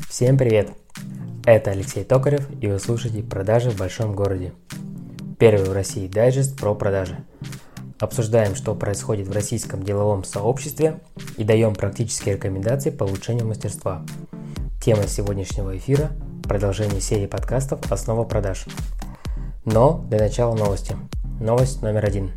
Всем привет! Это Алексей Токарев, и вы слушаете «Продажи в большом городе». Первый в России дайджест про продажи. Обсуждаем, что происходит в российском деловом сообществе, и даем практические рекомендации по улучшению мастерства. Тема сегодняшнего эфира – продолжение серии подкастов «Основа продаж». Но для начала новости. Новость номер 1.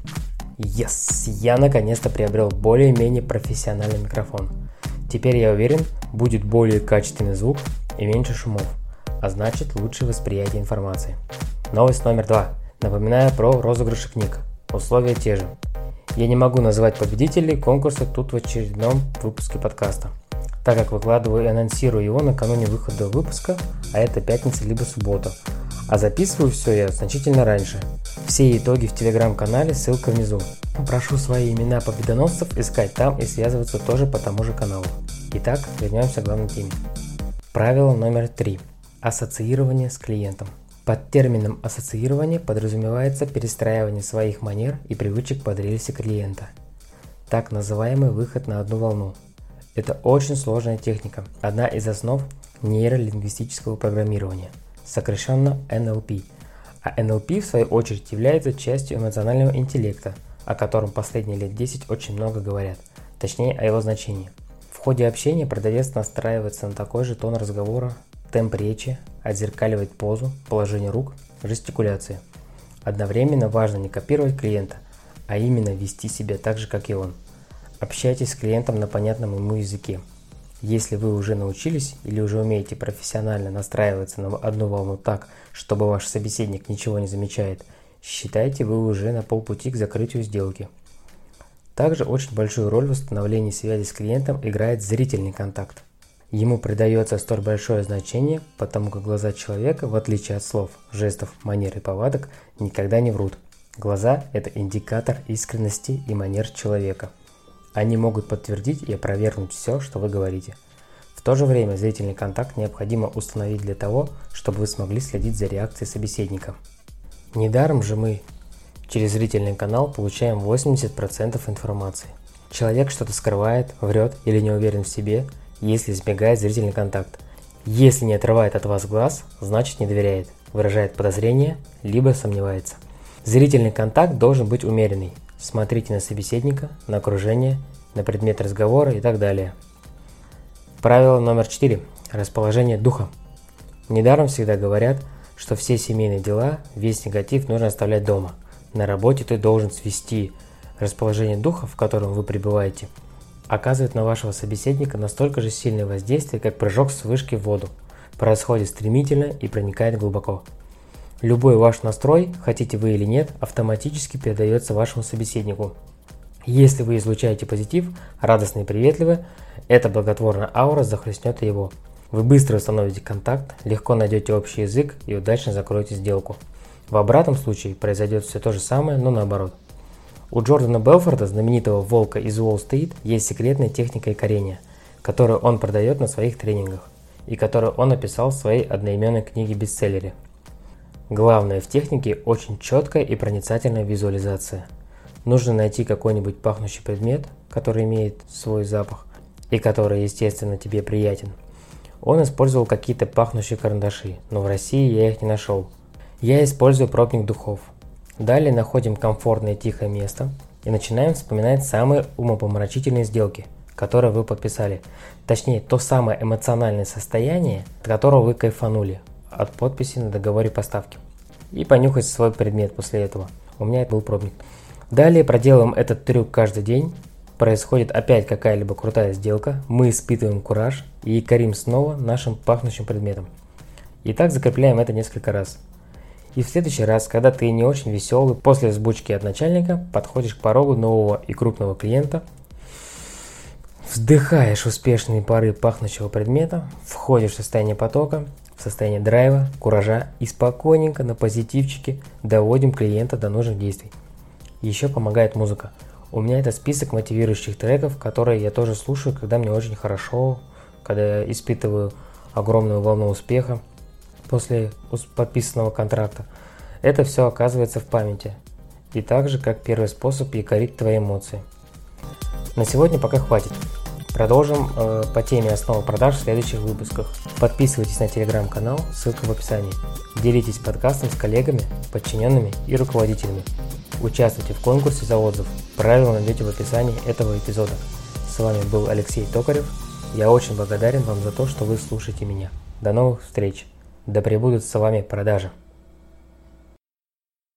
Я наконец-то приобрел более-менее профессиональный микрофон. Теперь я уверен, будет более качественный звук и меньше шумов, а значит лучшее восприятие информации. Новость номер 2. Напоминаю про розыгрыши книг. Условия те же. Я не могу называть победителей конкурса тут в очередном выпуске подкаста, так как выкладываю и анонсирую его накануне выхода выпуска, а это пятница либо суббота. А записываю все я значительно раньше. Все итоги в телеграм-канале, ссылка внизу. Прошу свои имена победоносцев искать там и связываться тоже по тому же каналу. Итак, вернемся к главной теме. Правило номер 3. Ассоциирование с клиентом. Под термином ассоциирование подразумевается перестраивание своих манер и привычек под рельсы клиента. Так называемый выход на одну волну. Это очень сложная техника, одна из основ нейролингвистического программирования, сокращенно NLP. А NLP в свою очередь является частью эмоционального интеллекта, о котором последние лет 10 очень много говорят, точнее о его значении. В ходе общения продавец настраивается на такой же тон разговора, темп речи, отзеркаливает позу, положение рук, жестикуляции. Одновременно важно не копировать клиента, а именно вести себя так же, как и он. Общайтесь с клиентом на понятном ему языке. Если вы уже научились или уже умеете профессионально настраиваться на одну волну так, чтобы ваш собеседник ничего не замечает, считайте, вы уже на полпути к закрытию сделки. Также очень большую роль в установлении связи с клиентом играет зрительный контакт. Ему придается столь большое значение, потому как глаза человека, в отличие от слов, жестов, манер и повадок, никогда не врут. Глаза – это индикатор искренности и манер человека. Они могут подтвердить и опровергнуть все, что вы говорите. В то же время зрительный контакт необходимо установить для того, чтобы вы смогли следить за реакцией собеседника. Недаром же мы через зрительный канал получаем 80% информации. Человек что-то скрывает, врет или не уверен в себе, если избегает зрительный контакт. Если не отрывает от вас глаз, значит не доверяет, выражает подозрение, либо сомневается. Зрительный контакт должен быть умеренный. Смотрите на собеседника, на окружение, на предмет разговора и так далее. Правило номер 4. Расположение духа. Недаром всегда говорят, что все семейные дела, весь негатив нужно оставлять дома. На работе ты должен свести расположение духа, в котором вы пребываете, оказывает на вашего собеседника настолько же сильное воздействие, как прыжок с вышки в воду. Происходит стремительно и проникает глубоко. Любой ваш настрой, хотите вы или нет, автоматически передается вашему собеседнику. Если вы излучаете позитив, радостный и приветливый, эта благотворная аура захлестнет его. Вы быстро установите контакт, легко найдете общий язык и удачно закроете сделку. В обратном случае произойдет все то же самое, но наоборот. У Джордана Белфорда, знаменитого волка из Уолл-стрит, есть секретная техника якорения, которую он продает на своих тренингах и которую он описал в своей одноименной книге-бестселлере. Главное в технике очень четкая и проницательная визуализация. Нужно найти какой-нибудь пахнущий предмет, который имеет свой запах и который, естественно, тебе приятен. Он использовал какие-то пахнущие карандаши, но в России я их не нашел. Я использую пробник духов. Далее находим комфортное тихое место и начинаем вспоминать самые умопомрачительные сделки, которые вы подписали. Точнее, то самое эмоциональное состояние, от которого вы кайфанули от подписи на договоре поставки. И понюхать свой предмет после этого. У меня это был пробник. Далее проделываем этот трюк каждый день. Происходит опять какая-либо крутая сделка. Мы испытываем кураж и якорим снова нашим пахнущим предметом. И так закрепляем это несколько раз. И в следующий раз, когда ты не очень веселый, после взбучки от начальника, подходишь к порогу нового и крупного клиента, вдыхаешь успешные пары пахнущего предмета, входишь в состояние потока, в состояние драйва, куража и спокойненько на позитивчике доводим клиента до нужных действий. Еще помогает музыка. У меня это список мотивирующих треков, которые я тоже слушаю, когда мне очень хорошо, когда я испытываю огромную волну успеха после подписанного контракта. Это все оказывается в памяти. И также как первый способ якорить твои эмоции. На сегодня пока хватит. Продолжим по теме основы продаж в следующих выпусках. Подписывайтесь на телеграм-канал, ссылка в описании. Делитесь подкастом с коллегами, подчиненными и руководителями. Участвуйте в конкурсе за отзыв. Правила найдете в описании этого эпизода. С вами был Алексей Токарев. Я очень благодарен вам за то, что вы слушаете меня. До новых встреч. Да пребудут с вами продажи.